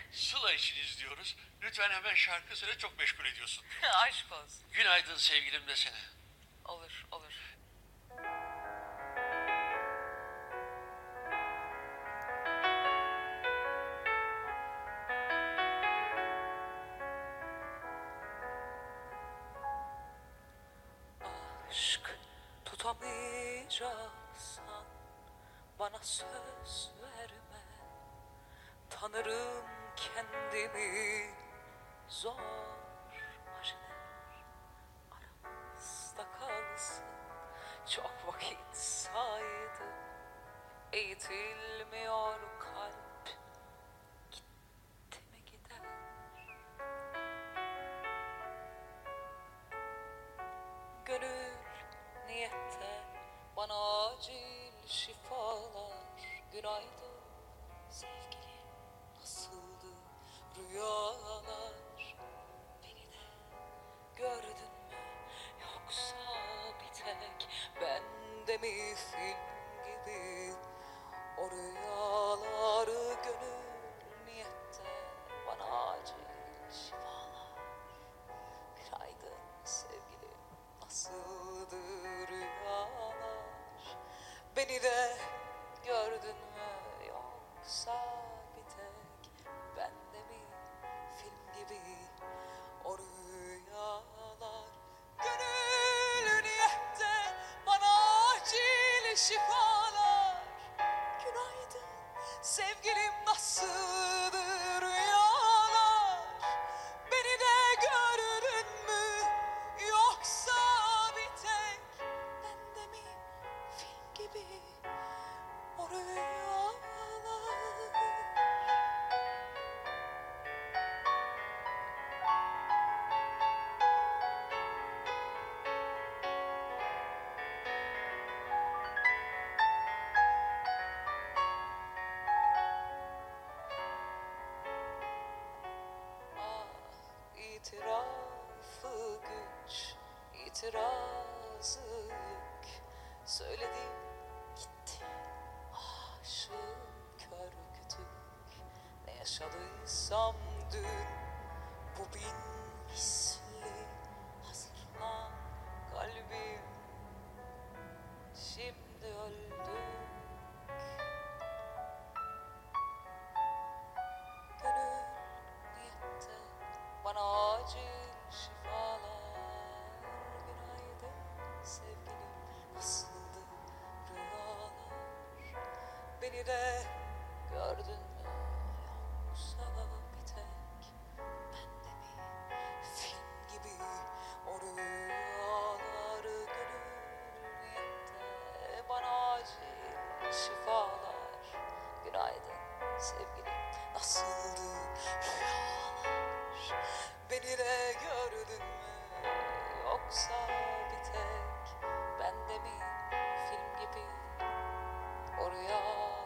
Sıla için izliyoruz. Lütfen hemen şarkı söyle, çok meşgul ediyorsun. Aşk olsun. Günaydın sevgilim desene. Olur, olur. Aşk tutamayacaksan bana söz verme. Tanırım kendimi, zor maşiner aramızda kalsın. Çok vakit saydım, eğitilmiyor kalp. Gitti mi gider? Gönül niyette bana acil şifalar. Günaydın sevgilim, nasıldı rüyalar? Beni de gördün mü, yoksa bir tek bende mi film gibi o rüyaları? Gönül niyette bana acil şifalar. Günaydın sevgilim, nasıldı rüyalar? Beni de gördün mü, yoksa bir tek bende mi film gibi o rüyalar? Gönül niyette bana acil şifalar. Günaydın sevgilim, nasıldı rüyalar? Beni de gördün mü, yoksa bir tek bende mi film gibi o rüyalar? İtirafı güç, itirazı yük. Söyledim gitti, aşığım kör kütük. Ne yaşadıysam dün, bu bin misli. Hazırlan kalbim, şimdi öldük. Gönül niyette bana acil şifalar. Günaydın sevgilim, nasıldı rüyalar? Beni de gördün mü, yoksa bir tek bende mi film gibi o rüyaları? Gönül niyette bana acil şifalar. Günaydın sevgilim, nasıldı rüyalar? Beni de gördün mü, yoksa bir tek bende mi film gibi o rüyalar?